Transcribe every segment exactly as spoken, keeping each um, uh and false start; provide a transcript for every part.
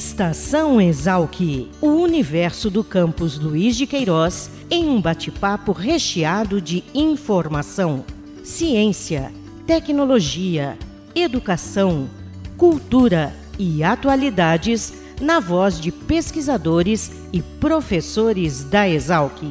Estação Exalc, o universo do campus Luiz de Queiroz, em um bate-papo recheado de informação, ciência, tecnologia, educação, cultura e atualidades na voz de pesquisadores e professores da Exalc.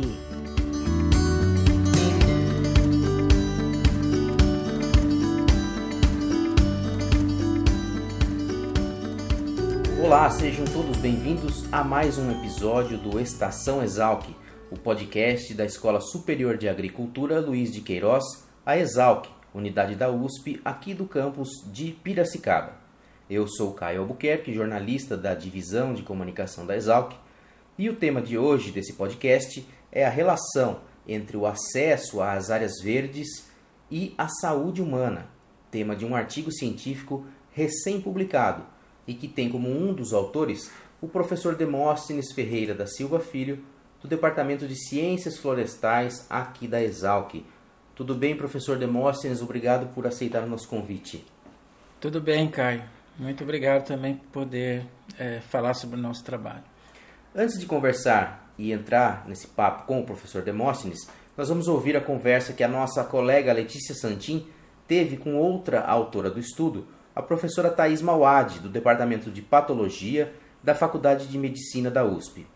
Olá, sejam todos bem-vindos a mais um episódio do Estação Exalc, o podcast da Escola Superior de Agricultura Luiz de Queiroz, a Exalc, unidade da U S P, aqui do campus de Piracicaba. Eu sou Caio Albuquerque, jornalista da Divisão de Comunicação da Exalc, e o tema de hoje desse podcast é a relação entre o acesso às áreas verdes e a saúde humana, tema de um artigo científico recém-publicado, e que tem como um dos autores o professor Demóstenes Ferreira da Silva Filho, do Departamento de Ciências Florestais aqui da Exalc. Tudo bem, professor Demóstenes? Obrigado por aceitar o nosso convite. Tudo bem, Caio. Muito obrigado também por poder é, falar sobre o nosso trabalho. Antes de conversar e entrar nesse papo com o professor Demóstenes, nós vamos ouvir a conversa que a nossa colega Letícia Santin teve com outra autora do estudo, a professora Thais Mauad, do Departamento de Patologia da Faculdade de Medicina da U S P.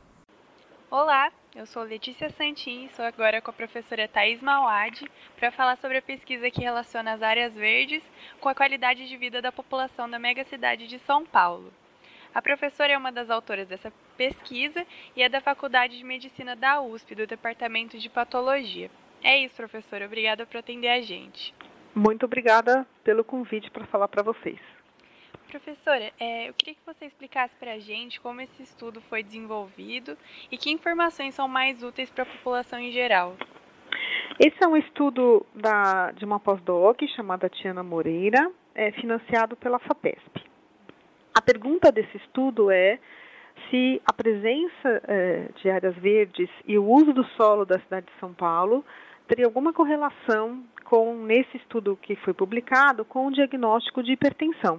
Olá, eu sou Letícia Santin e sou agora com a professora Thais Mauad para falar sobre a pesquisa que relaciona as áreas verdes com a qualidade de vida da população da megacidade de São Paulo. A professora é uma das autoras dessa pesquisa e é da Faculdade de Medicina da U S P, do Departamento de Patologia. É isso, professora. Obrigada por atender a gente. Muito obrigada pelo convite para falar para vocês. Professora, é, eu queria que você explicasse para a gente como esse estudo foi desenvolvido e que informações são mais úteis para a população em geral. Esse é um estudo da, de uma pós-doc chamada Tiana Moreira, é, financiado pela FAPESP. A pergunta desse estudo é se a presença é, de áreas verdes e o uso do solo da cidade de São Paulo teria alguma correlação com, nesse estudo que foi publicado, com o diagnóstico de hipertensão.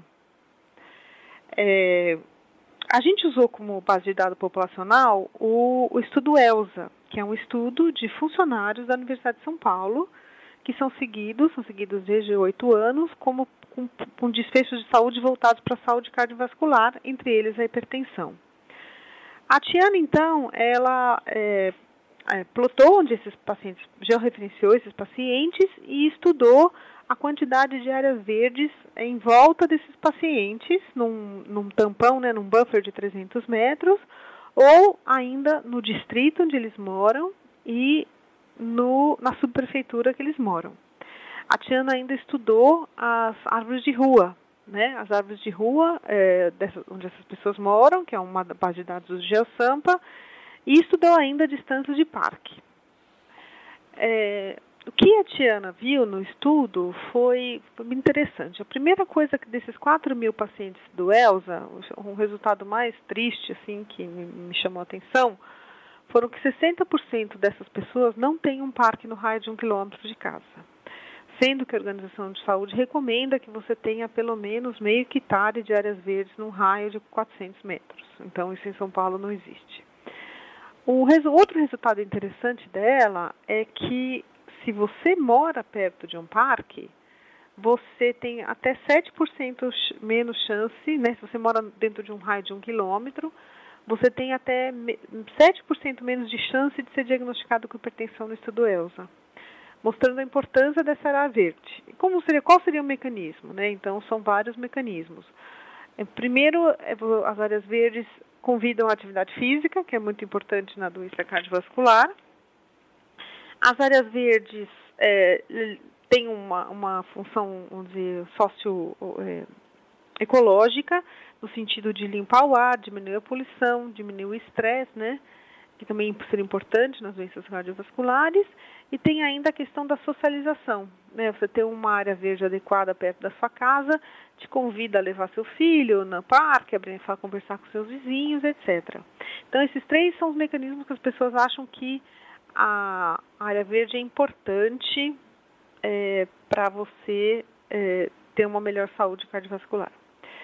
É, a gente usou como base de dados populacional o, o estudo ELSA, que é um estudo de funcionários da Universidade de São Paulo, que são seguidos, são seguidos desde oito anos, como, com, com desfechos de saúde voltados para a saúde cardiovascular, entre eles a hipertensão. A Tiana, então, ela é, é, plotou onde esses pacientes, georreferenciou esses pacientes e estudou a quantidade de áreas verdes em volta desses pacientes, num, num tampão, né, num buffer de trezentos metros, ou ainda no distrito onde eles moram e no, na subprefeitura que eles moram. A Tiana ainda estudou as árvores de rua, né, as árvores de rua é, dessa, onde essas pessoas moram, que é uma base de dados do GeoSampa, e estudou ainda distâncias de parque. É, O que a Tiana viu no estudo foi, foi interessante. A primeira coisa que desses quatro mil pacientes do ELSA, um resultado mais triste assim, que me, me chamou a atenção, foram que sessenta por cento dessas pessoas não têm um parque no raio de um quilômetro de casa. Sendo que a Organização de Saúde recomenda que você tenha pelo menos meio hectare de áreas verdes num raio de quatrocentos metros. Então isso em São Paulo não existe. O resu- outro resultado interessante dela é que se você mora perto de um parque, você tem até sete por cento menos chance, né? Se você mora dentro de um raio de um quilômetro, você tem até sete por cento menos de chance de ser diagnosticado com hipertensão no estudo ELSA, mostrando a importância dessa área verde. E como seria, qual seria o mecanismo, né? Então, são vários mecanismos. Primeiro, as áreas verdes convidam a atividade física, que é muito importante na doença cardiovascular. As áreas verdes é, têm uma, uma função, vamos dizer, socio-ecológica, no sentido de limpar o ar, diminuir a poluição, diminuir o estresse, né, que também seria importante nas doenças cardiovasculares. E tem ainda a questão da socialização, né, você ter uma área verde adequada perto da sua casa, te convida a levar seu filho no parque, a conversar com seus vizinhos, etcétera. Então, esses três são os mecanismos que as pessoas acham que a área verde é importante é, para você é, ter uma melhor saúde cardiovascular.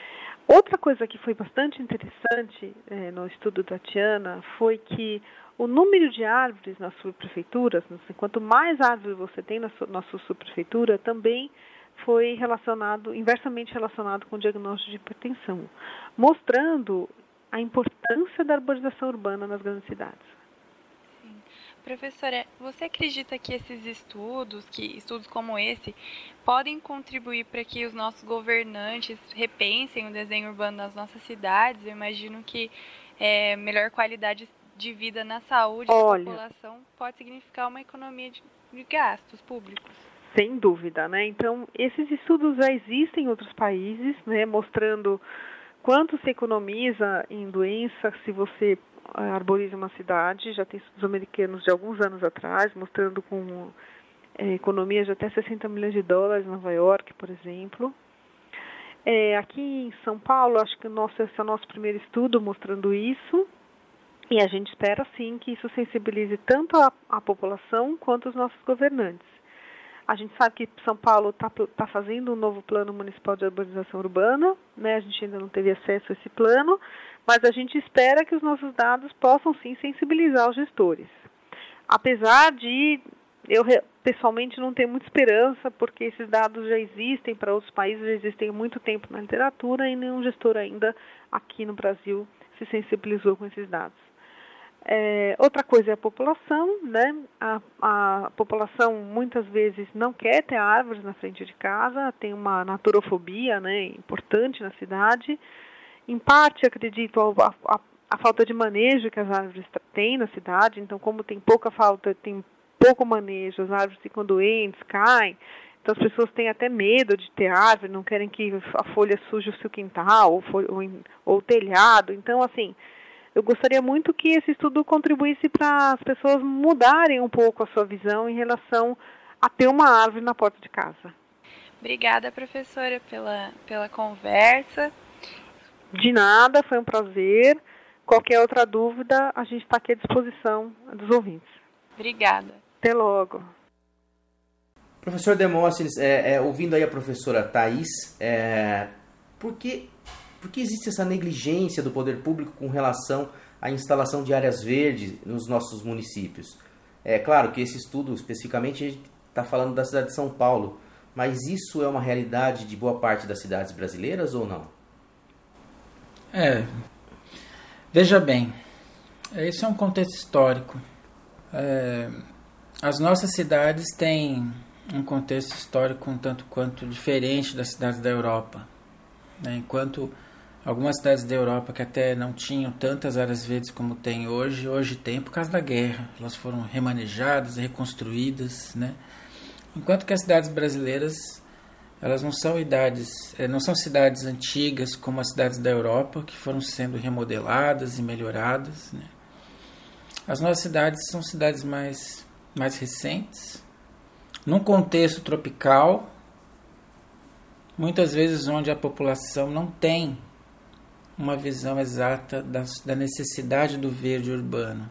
outra coisa que foi bastante interessante é, no estudo da Tiana foi que o número de árvores nas subprefeituras, assim, quanto mais árvores você tem na sua, na sua subprefeitura, também foi relacionado, inversamente relacionado com o diagnóstico de hipertensão, mostrando a importância da arborização urbana nas grandes cidades. Sim. Professora, você acredita que esses estudos, que estudos como esse, podem contribuir para que os nossos governantes repensem o desenho urbano das nossas cidades? Eu imagino que é, melhor qualidade de vida na saúde Olha, da população pode significar uma economia de, de gastos públicos. Sem dúvida, né? Então, esses estudos já existem em outros países, né, mostrando quanto se economiza em doença se você arboriza uma cidade. Já tem estudos americanos de alguns anos atrás, mostrando com é, economias de até sessenta milhões de dólares em Nova York, por exemplo. É, aqui em São Paulo, acho que o nosso, esse é o nosso primeiro estudo mostrando isso. E a gente espera, sim, que isso sensibilize tanto a, a população quanto os nossos governantes. A gente sabe que São Paulo está tá fazendo um novo plano municipal de arborização urbana, né? A gente ainda não teve acesso a esse plano, mas a gente espera que os nossos dados possam, sim, sensibilizar os gestores. Apesar de eu pessoalmente não ter muita esperança, porque esses dados já existem para outros países, já existem há muito tempo na literatura e nenhum gestor ainda aqui no Brasil se sensibilizou com esses dados. É, outra coisa é a população, né? A, a população muitas vezes não quer ter árvores na frente de casa, tem uma naturofobia, né, importante na cidade. Em parte, acredito, a, a, a falta de manejo que as árvores têm na cidade. Então, como tem pouca falta, tem pouco manejo, as árvores ficam doentes, caem. Então, as pessoas têm até medo de ter árvore, não querem que a folha suje o seu quintal ou, ou, ou o telhado. Então, assim, eu gostaria muito que esse estudo contribuísse para as pessoas mudarem um pouco a sua visão em relação a ter uma árvore na porta de casa. Obrigada, professora, pela, pela conversa. De nada, foi um prazer. Qualquer outra dúvida, a gente está aqui à disposição dos ouvintes. Obrigada. Até logo. Professor Demóstenes, é, é, ouvindo aí a professora Thais, é, por que... Por que existe essa negligência do poder público com relação à instalação de áreas verdes nos nossos municípios? É claro que esse estudo, especificamente, a gente está falando da cidade de São Paulo, mas isso é uma realidade de boa parte das cidades brasileiras ou não? É, veja bem, esse é um contexto histórico. É, as nossas cidades têm um contexto histórico um tanto quanto diferente das cidades da Europa, né? Enquanto algumas cidades da Europa que até não tinham tantas áreas verdes como tem hoje, hoje tem por causa da guerra. Elas foram remanejadas, reconstruídas, né? Enquanto que as cidades brasileiras, elas não são idades, não são cidades antigas como as cidades da Europa, que foram sendo remodeladas e melhoradas, né? As nossas cidades são cidades mais, mais recentes, num contexto tropical, muitas vezes onde a população não tem uma visão exata da, da necessidade do verde urbano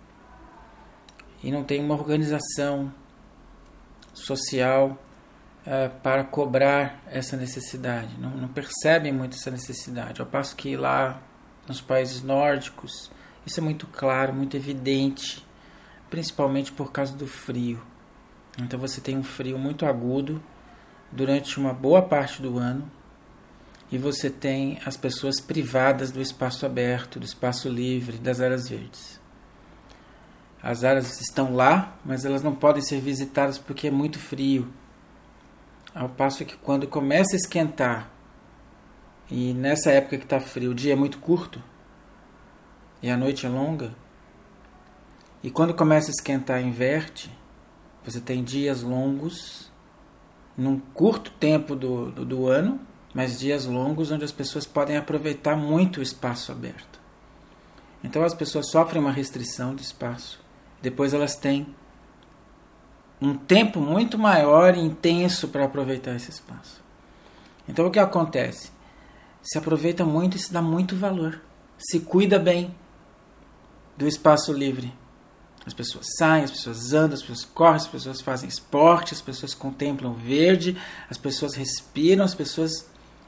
e não tem uma organização social uh, para cobrar essa necessidade, não, não percebem muito essa necessidade, ao passo que lá nos países nórdicos isso é muito claro, muito evidente, principalmente por causa do frio. Então você tem um frio muito agudo durante uma boa parte do ano, e você tem as pessoas privadas do espaço aberto, do espaço livre, das áreas verdes. As áreas estão lá, mas elas não podem ser visitadas porque é muito frio. Ao passo que quando começa a esquentar, e nessa época que está frio, o dia é muito curto, e a noite é longa, e quando começa a esquentar, inverte, você tem dias longos, num curto tempo do, do, do ano, mas dias longos onde as pessoas podem aproveitar muito o espaço aberto. Então as pessoas sofrem uma restrição de espaço. Depois elas têm um tempo muito maior e intenso para aproveitar esse espaço. Então o que acontece? Se aproveita muito e se dá muito valor. Se cuida bem do espaço livre. As pessoas saem, as pessoas andam, as pessoas correm, as pessoas fazem esporte, as pessoas contemplam verde, as pessoas respiram, as pessoas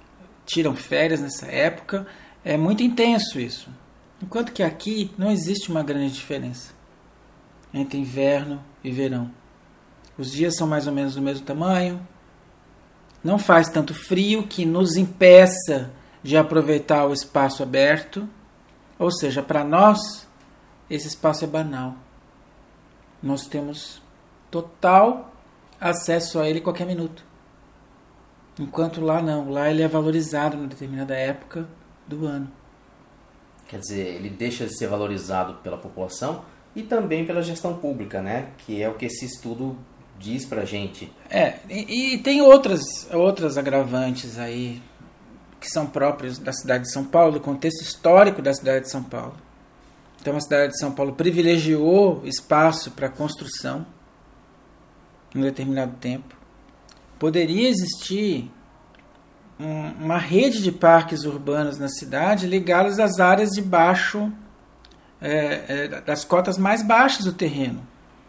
tiram férias nessa época. É muito intenso isso. Enquanto que aqui não existe uma grande diferença entre inverno e verão. Os dias são mais ou menos do mesmo tamanho. Não faz tanto frio que nos impeça de aproveitar o espaço aberto. Ou seja, para nós, esse espaço é banal. Nós temos total acesso a ele qualquer minuto. Enquanto lá não. Lá ele é valorizado em determinada época do ano. Quer dizer, ele deixa de ser valorizado pela população e também pela gestão pública, né? Que é o que esse estudo diz pra gente. É, e, e tem outras, outras agravantes aí que são próprios da cidade de São Paulo, do contexto histórico da cidade de São Paulo. Então a cidade de São Paulo privilegiou espaço para construção em um determinado tempo. Poderia existir um, uma rede de parques urbanos na cidade ligados às áreas de baixo, é, é, das cotas mais baixas do terreno.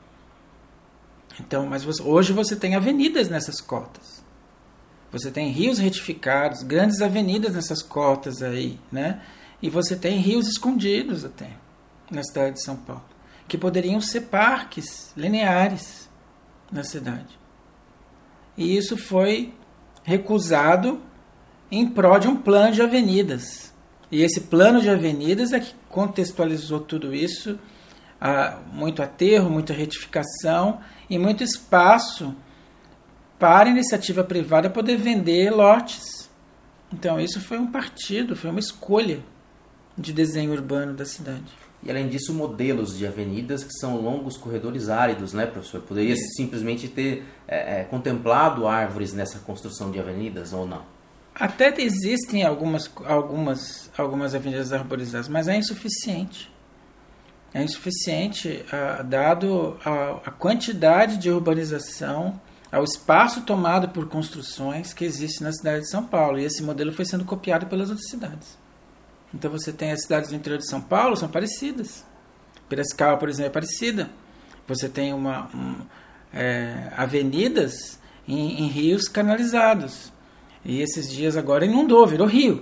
Então, mas você, hoje você tem avenidas nessas cotas. Você tem rios retificados, grandes avenidas nessas cotas aí, né? E você tem rios escondidos até na cidade de São Paulo, que poderiam ser parques lineares na cidade. E isso foi recusado em prol de um plano de avenidas. E esse plano de avenidas é que contextualizou tudo isso, ah, muito aterro, muita retificação e muito espaço para a iniciativa privada poder vender lotes. Então isso foi um partido, foi uma escolha de desenho urbano da cidade. E além disso, modelos de avenidas que são longos corredores áridos, né, professor? Poderia Sim. simplesmente ter é, é, contemplado árvores nessa construção de avenidas ou não? Até existem algumas, algumas, algumas avenidas arborizadas, mas é insuficiente. É insuficiente, ah, dado a, a quantidade de urbanização, ao espaço tomado por construções que existe na cidade de São Paulo. E esse modelo foi sendo copiado pelas outras cidades. Então você tem as cidades do interior de São Paulo, são parecidas. Piracicaba, por exemplo, é parecida. Você tem uma, um, é, avenidas em, em rios canalizados. E esses dias agora inundou, virou rio.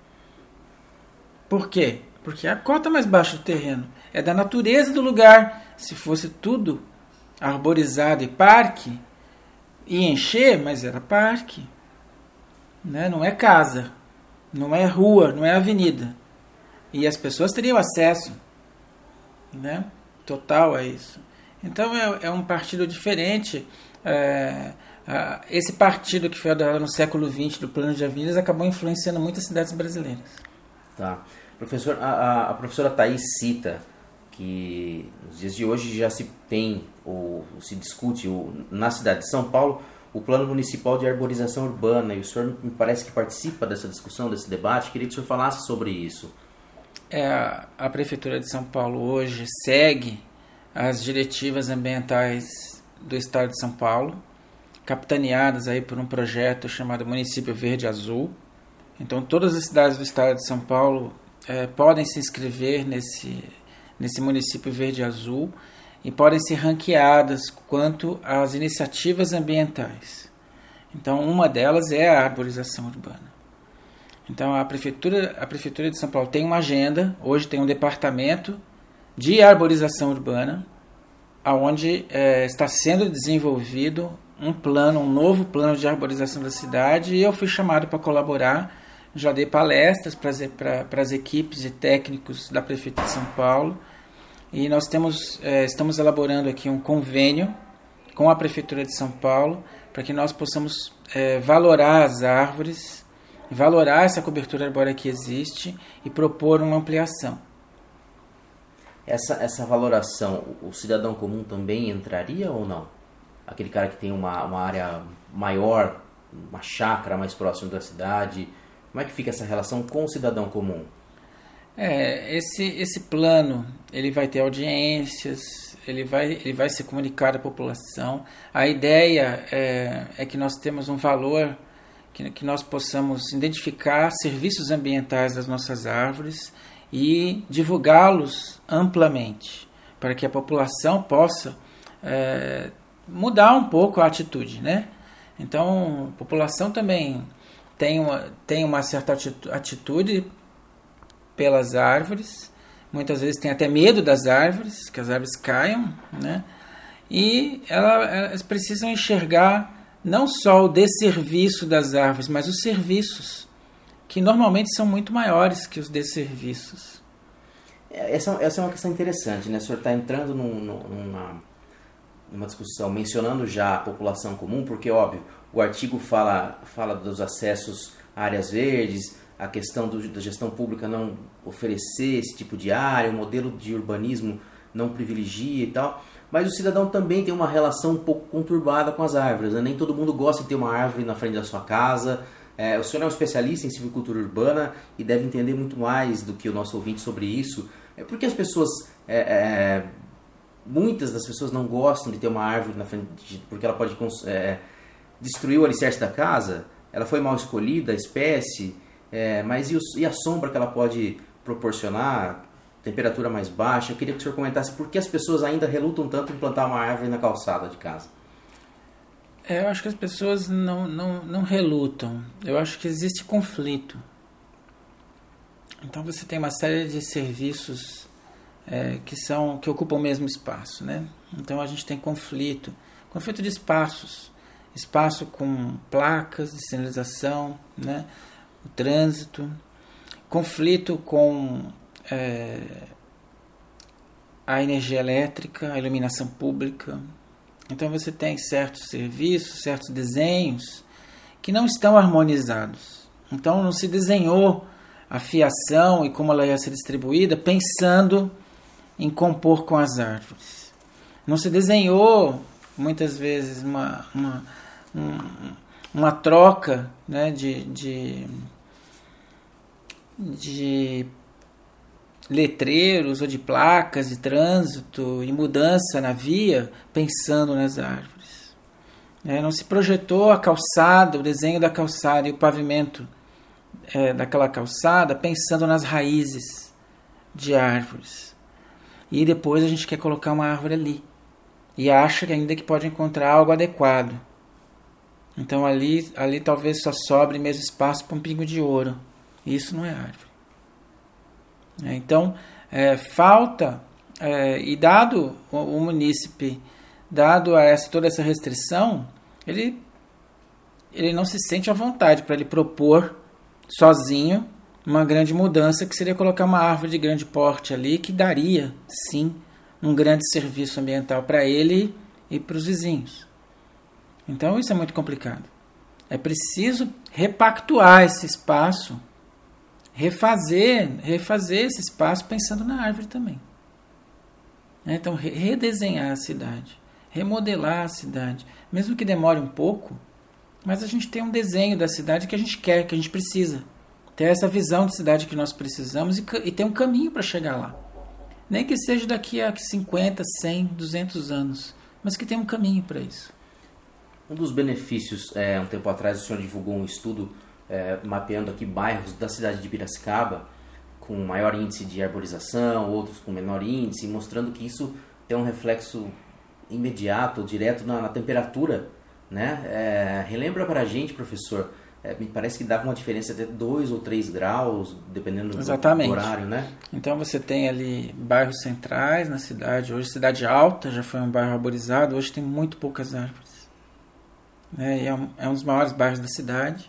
Por quê? Porque é a cota mais baixa do terreno. É da natureza do lugar. Se fosse tudo arborizado e parque, ia encher, mas era parque. Né? Não é casa. Não é rua, não é avenida. E as pessoas teriam acesso, né, total a isso. Então é, é um partido diferente. É, a, esse partido que foi adotado no século vinte do plano de avenidas acabou influenciando muitas cidades brasileiras. Tá. Professor, a, a professora Thaís cita que nos dias de hoje já se tem, ou se discute o, na cidade de São Paulo, o Plano Municipal de Arborização Urbana, e o senhor me parece que participa dessa discussão, desse debate. Queria que o senhor falasse sobre isso. É, a Prefeitura de São Paulo hoje segue as diretivas ambientais do Estado de São Paulo, capitaneadas aí por um projeto chamado Município Verde Azul. Então todas as cidades do Estado de São Paulo é, podem se inscrever nesse, nesse Município Verde Azul, e podem ser ranqueadas quanto às iniciativas ambientais. Então, uma delas é a arborização urbana. Então, a Prefeitura, a Prefeitura de São Paulo tem uma agenda, hoje tem um departamento de arborização urbana, onde é, está sendo desenvolvido um plano, um novo plano de arborização da cidade, e eu fui chamado para colaborar, já dei palestras para as equipes e técnicos da Prefeitura de São Paulo. E nós temos, é, estamos elaborando aqui um convênio com a Prefeitura de São Paulo para que nós possamos é, valorar as árvores, valorar essa cobertura arbórea que existe e propor uma ampliação. Essa, essa valoração, o cidadão comum também entraria ou não? Aquele cara que tem uma, uma área maior, uma chácara mais próxima da cidade, como é que fica essa relação com o cidadão comum? É, esse, esse plano, ele vai ter audiências, ele vai, ele vai ser comunicado à população. A ideia é, é que nós temos um valor, que, que nós possamos identificar serviços ambientais das nossas árvores e divulgá-los amplamente, para que a população possa é, mudar um pouco a atitude, né? Então, a população também tem uma, tem uma certa atitude pelas árvores, muitas vezes tem até medo das árvores, que as árvores caiam, né? E ela, elas precisam enxergar não só o desserviço das árvores, mas os serviços, que normalmente são muito maiores que os desserviços. Essa, essa é uma questão interessante, né? O senhor está entrando num, numa, numa discussão, mencionando já a população comum, porque, óbvio, o artigo fala, fala dos acessos a áreas verdes, a questão do, da gestão pública não oferecer esse tipo de área, o modelo de urbanismo não privilegia e tal, mas o cidadão também tem uma relação um pouco conturbada com as árvores, né? Nem todo mundo gosta de ter uma árvore na frente da sua casa. É, o senhor é um especialista em silvicultura urbana e deve entender muito mais do que o nosso ouvinte sobre isso. É porque as pessoas, é, é, muitas das pessoas não gostam de ter uma árvore na frente, de, porque ela pode é, destruir o alicerce da casa, ela foi mal escolhida, a espécie, é, mas e, os, e a sombra que ela pode proporcionar, temperatura mais baixa? Eu queria que o senhor comentasse por que as pessoas ainda relutam tanto em plantar uma árvore na calçada de casa. É, eu acho que as pessoas não, não, não relutam. Eu acho que existe conflito. Então você tem uma série de serviços é, que, são, que ocupam o mesmo espaço, né? Então a gente tem conflito. Conflito de espaços. Espaço com placas de sinalização, né? O trânsito. Conflito com é, a energia elétrica, a iluminação pública. Então você tem certos serviços, certos desenhos que não estão harmonizados. Então não se desenhou a fiação e como ela ia ser distribuída pensando em compor com as árvores. Não se desenhou muitas vezes uma, uma, uma, uma troca, né, de, de, de letreiros ou de placas de trânsito e mudança na via pensando nas árvores. É, não se projetou a calçada, o desenho da calçada e o pavimento é, daquela calçada pensando nas raízes de árvores. E depois a gente quer colocar uma árvore ali e acha que ainda que pode encontrar algo adequado. Então ali, ali talvez só sobre mesmo espaço para um pingo de ouro. E isso não é árvore. Então, é, falta, é, e dado o, o munícipe, dado a essa, toda essa restrição, ele, ele não se sente à vontade para ele propor sozinho uma grande mudança, que seria colocar uma árvore de grande porte ali, que daria, sim, um grande serviço ambiental para ele e para os vizinhos. Então, isso é muito complicado. É preciso repactuar esse espaço, refazer, refazer esse espaço pensando na árvore também. Então, redesenhar a cidade, remodelar a cidade, mesmo que demore um pouco, mas a gente tem um desenho da cidade que a gente quer, que a gente precisa. Ter essa visão de cidade que nós precisamos e, e ter um caminho para chegar lá. Nem que seja daqui a cinquenta, cem, duzentos anos, mas que tenha um caminho para isso. Um dos benefícios, é, um tempo atrás o senhor divulgou um estudo É, mapeando aqui bairros da cidade de Piracicaba com maior índice de arborização, outros com menor índice, mostrando que isso tem um reflexo imediato, direto na, na temperatura, né? É, relembra para a gente, professor, é, me parece que dava uma diferença de dois ou três graus, dependendo Exatamente. do horário, né? Então você tem ali bairros centrais na cidade, hoje Cidade Alta já foi um bairro arborizado, hoje tem muito poucas árvores, né? E é, um, é um dos maiores bairros da cidade.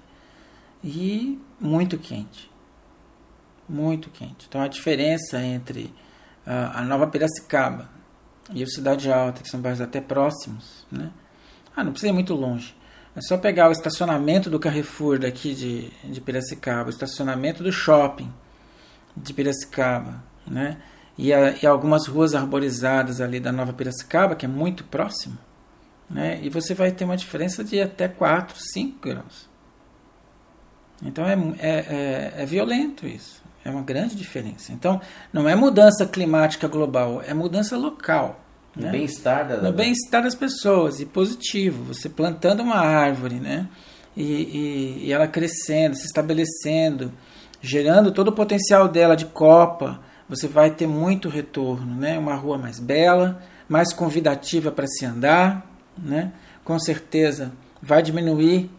E muito quente, muito quente. Então a diferença entre a, a Nova Piracicaba e o Cidade Alta, que são bairros até próximos, né? Ah, não precisa ir muito longe. É só pegar o estacionamento do Carrefour daqui de, de Piracicaba, o estacionamento do shopping de Piracicaba, né? E, a, e algumas ruas arborizadas ali da Nova Piracicaba, que é muito próximo, né? E você vai ter uma diferença de até quatro, cinco graus. Então é, é, é, é violento isso, é uma grande diferença. Então não é mudança climática global, é mudança local. No né? bem-estar da... No bem-estar das pessoas, e positivo. Você plantando uma árvore, né? e, e, e ela crescendo, se estabelecendo, gerando todo o potencial dela de copa, você vai ter muito retorno. Né? Uma rua mais bela, mais convidativa para se andar, né? Com certeza vai diminuir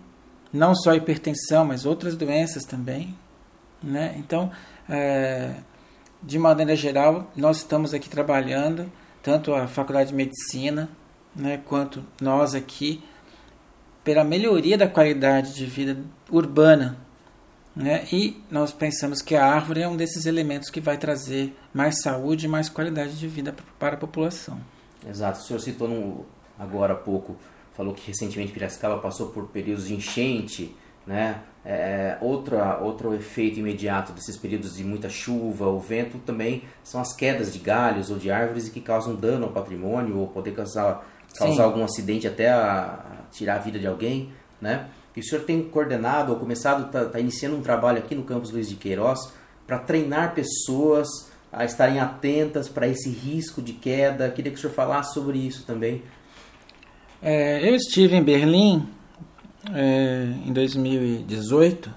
não só hipertensão, mas outras doenças também, né? Então, é, de maneira geral, nós estamos aqui trabalhando, tanto a Faculdade de Medicina, né, quanto nós aqui, pela melhoria da qualidade de vida urbana, né? E nós pensamos que a árvore é um desses elementos que vai trazer mais saúde e mais qualidade de vida para a população. Exato. O senhor citou no, agora há pouco, falou que recentemente Piracicaba passou por períodos de enchente, né? É, outra, outro efeito imediato desses períodos de muita chuva, o vento, também são as quedas de galhos ou de árvores que causam dano ao patrimônio ou poder causar, causar algum acidente até a, a tirar a vida de alguém, né? E o senhor tem coordenado ou começado, está tá iniciando um trabalho aqui no campus Luiz de Queiroz para treinar pessoas a estarem atentas para esse risco de queda. Queria que o senhor falasse sobre isso também. É, eu estive em Berlim é, em dois mil e dezoito.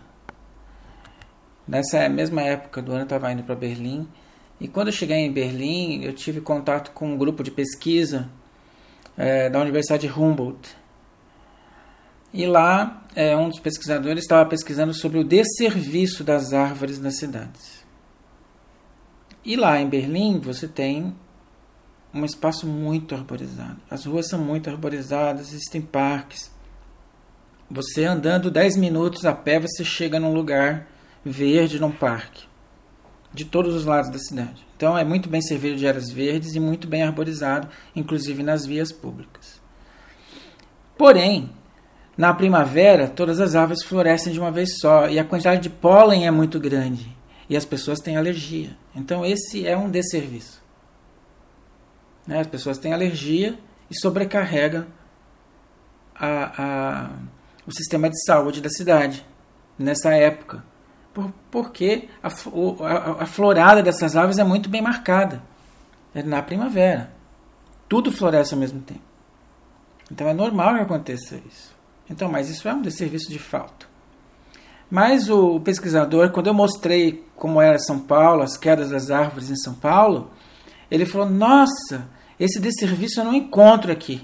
Nessa mesma época do ano eu estava indo para Berlim. E quando eu cheguei em Berlim, eu tive contato com um grupo de pesquisa é, da Universidade Humboldt. E lá, é, um dos pesquisadores estava pesquisando sobre o desserviço das árvores nas cidades. E lá em Berlim, você tem um espaço muito arborizado. As ruas são muito arborizadas, existem parques. Você andando dez minutos a pé, você chega num lugar verde, num parque, de todos os lados da cidade. Então é muito bem servido de áreas verdes e muito bem arborizado, inclusive nas vias públicas. Porém, na primavera, todas as árvores florescem de uma vez só e a quantidade de pólen é muito grande e as pessoas têm alergia. Então esse é um desserviço. Né? As pessoas têm alergia e sobrecarregam a, a, o sistema de saúde da cidade nessa época. Por, porque a, a, a florada dessas árvores é muito bem marcada. É na primavera. Tudo floresce ao mesmo tempo. Então é normal que aconteça isso. Então, mas isso é um desserviço de fato. Mas o pesquisador, quando eu mostrei como era São Paulo, as quedas das árvores em São Paulo, ele falou, nossa, esse desserviço eu não encontro aqui.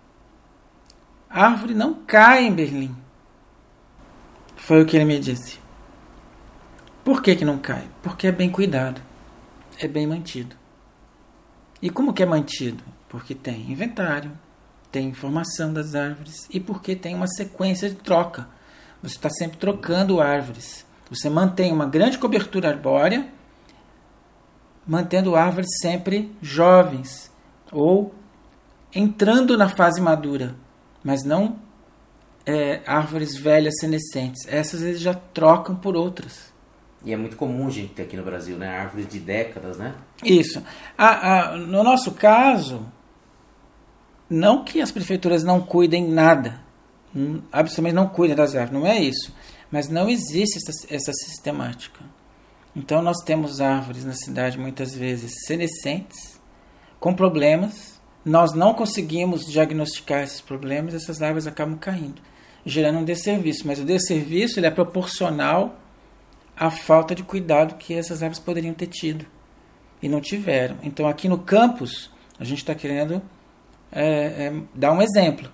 A árvore não cai em Berlim. Foi o que ele me disse. Por que que não cai? Porque é bem cuidado, é bem mantido. E como que é mantido? Porque tem inventário, tem informação das árvores e porque tem uma sequência de troca. Você está sempre trocando árvores. Você mantém uma grande cobertura arbórea, mantendo árvores sempre jovens ou entrando na fase madura, mas não é, árvores velhas senescentes. Essas eles já trocam por outras. E é muito comum a gente ter aqui no Brasil, né? Árvores de décadas, né? Isso. A, a, no nosso caso, não que as prefeituras não cuidem nada, absolutamente não cuidem das árvores, não é isso. Mas não existe essa, essa sistemática. Então nós temos árvores na cidade muitas vezes senescentes, com problemas, nós não conseguimos diagnosticar esses problemas, essas árvores acabam caindo, gerando um desserviço. Mas o desserviço ele é proporcional à falta de cuidado que essas árvores poderiam ter tido e não tiveram. Então aqui no campus a gente está querendo é, é, dar um exemplo.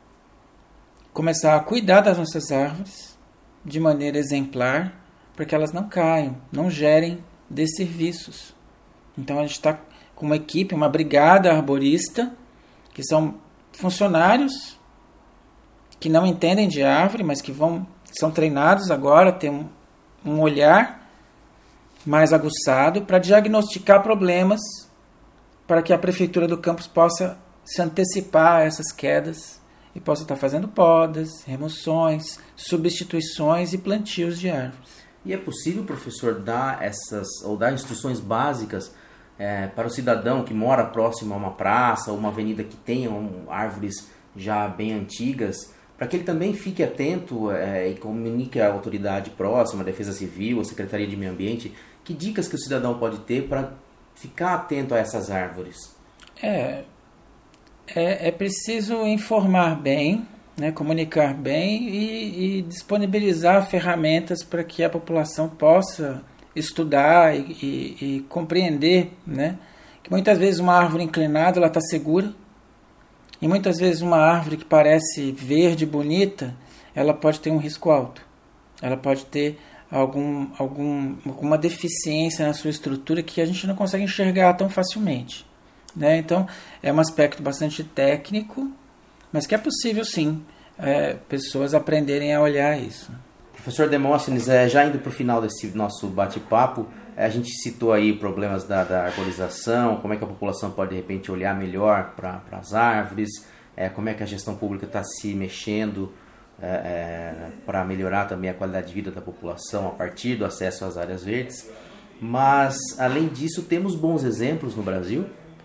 Começar a cuidar das nossas árvores de maneira exemplar, para que elas não caiam, não gerem desserviços. Então a gente está com uma equipe, uma brigada arborista, que são funcionários que não entendem de árvore, mas que vão, são treinados agora, têm um, um olhar mais aguçado para diagnosticar problemas, para que a prefeitura do campus possa se antecipar a essas quedas e possa estar fazendo podas, remoções, substituições e plantios de árvores. E é possível, professor, dar essas ou dar instruções básicas é, para o cidadão que mora próximo a uma praça ou uma avenida que tenha um, árvores já bem antigas, para que ele também fique atento é, e comunique à autoridade próxima, a Defesa Civil, a Secretaria de Meio Ambiente, que dicas que o cidadão pode ter para ficar atento a essas árvores? É, é, é preciso informar bem, né, comunicar bem e, e disponibilizar ferramentas para que a população possa estudar e, e, e compreender, né, que muitas vezes uma árvore inclinada está segura e muitas vezes uma árvore que parece verde, bonita, ela pode ter um risco alto. Ela pode ter algum, algum, alguma deficiência na sua estrutura que a gente não consegue enxergar tão facilmente, né? Então, é um aspecto bastante técnico, mas que é possível, sim, é, pessoas aprenderem a olhar isso. Professor Demóstenes, é, já indo para o final desse nosso bate-papo, a gente citou aí problemas da, da arborização, como é que a população pode, de repente, olhar melhor para as árvores, é, como é que a gestão pública está se mexendo é, é, para melhorar também a qualidade de vida da população a partir do acesso às áreas verdes. Mas, além disso, temos bons exemplos no Brasil?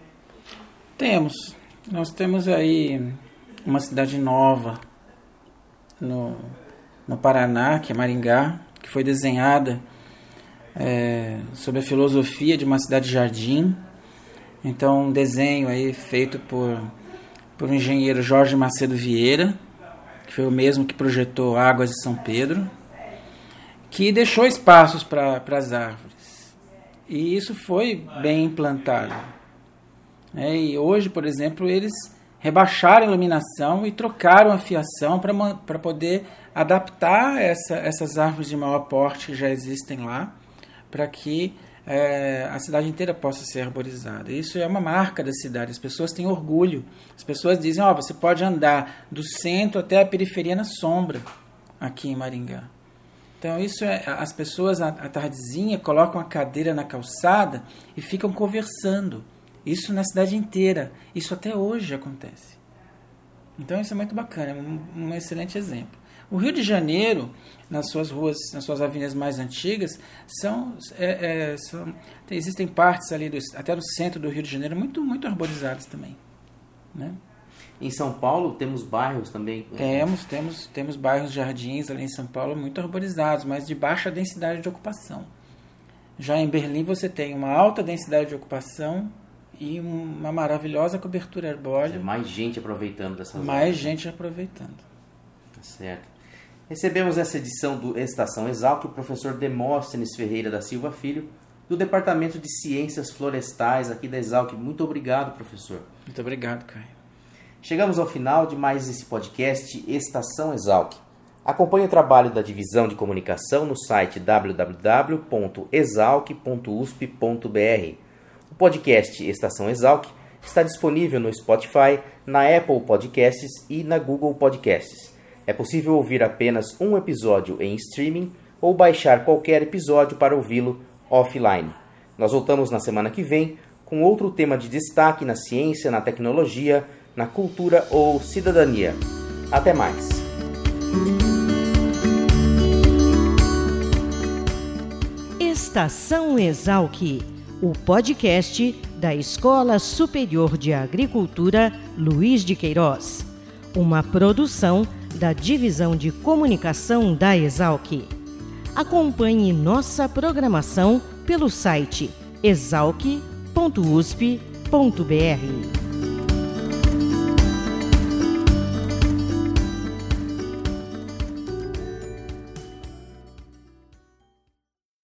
Temos. Nós temos aí uma cidade nova no, no Paraná, que é Maringá, que foi desenhada É, sobre a filosofia de uma cidade-jardim. Então, um desenho aí feito por, por um engenheiro Jorge Macedo Vieira, que foi o mesmo que projetou Águas de São Pedro, que deixou espaços para as árvores. E isso foi bem implantado. É, e hoje, por exemplo, eles rebaixaram a iluminação e trocaram a fiação para poder adaptar essa, essas árvores de maior porte que já existem lá, para que é, a cidade inteira possa ser arborizada. Isso é uma marca da cidade, as pessoas têm orgulho. As pessoas dizem, ó, oh, você pode andar do centro até a periferia na sombra, aqui em Maringá. Então, isso é, as pessoas, à tardezinha, colocam a cadeira na calçada e ficam conversando. Isso na cidade inteira. Isso até hoje acontece. Então, isso é muito bacana, é um, um excelente exemplo. O Rio de Janeiro, nas suas ruas, nas suas avenidas mais antigas, são, é, é, são existem partes ali, do, até do centro do Rio de Janeiro, muito, muito arborizadas também, né? Em São Paulo temos bairros também? Temos, temos, temos bairros jardins ali em São Paulo muito arborizados, mas de baixa densidade de ocupação. Já em Berlim você tem uma alta densidade de ocupação e uma maravilhosa cobertura arbórea. Mais gente aproveitando dessas Mais áreas. gente aproveitando. Certo. Recebemos essa edição do Estação Exalc o professor Demóstenes Ferreira da Silva Filho, do Departamento de Ciências Florestais aqui da Exalc. Muito obrigado, professor. Muito obrigado, Caio. Chegamos ao final de mais esse podcast Estação Exalc. Acompanhe o trabalho da Divisão de Comunicação no site w w w ponto exalc ponto u s p ponto b r. O podcast Estação Exalc está disponível no Spotify, na Apple Podcasts e na Google Podcasts. É possível ouvir apenas um episódio em streaming ou baixar qualquer episódio para ouvi-lo offline. Nós voltamos na semana que vem com outro tema de destaque na ciência, na tecnologia, na cultura ou cidadania. Até mais! Estação Exalc, o podcast da Escola Superior de Agricultura Luiz de Queiroz. Uma produção da Divisão de Comunicação da Exalc. Acompanhe nossa programação pelo site exalc ponto u s p ponto b r.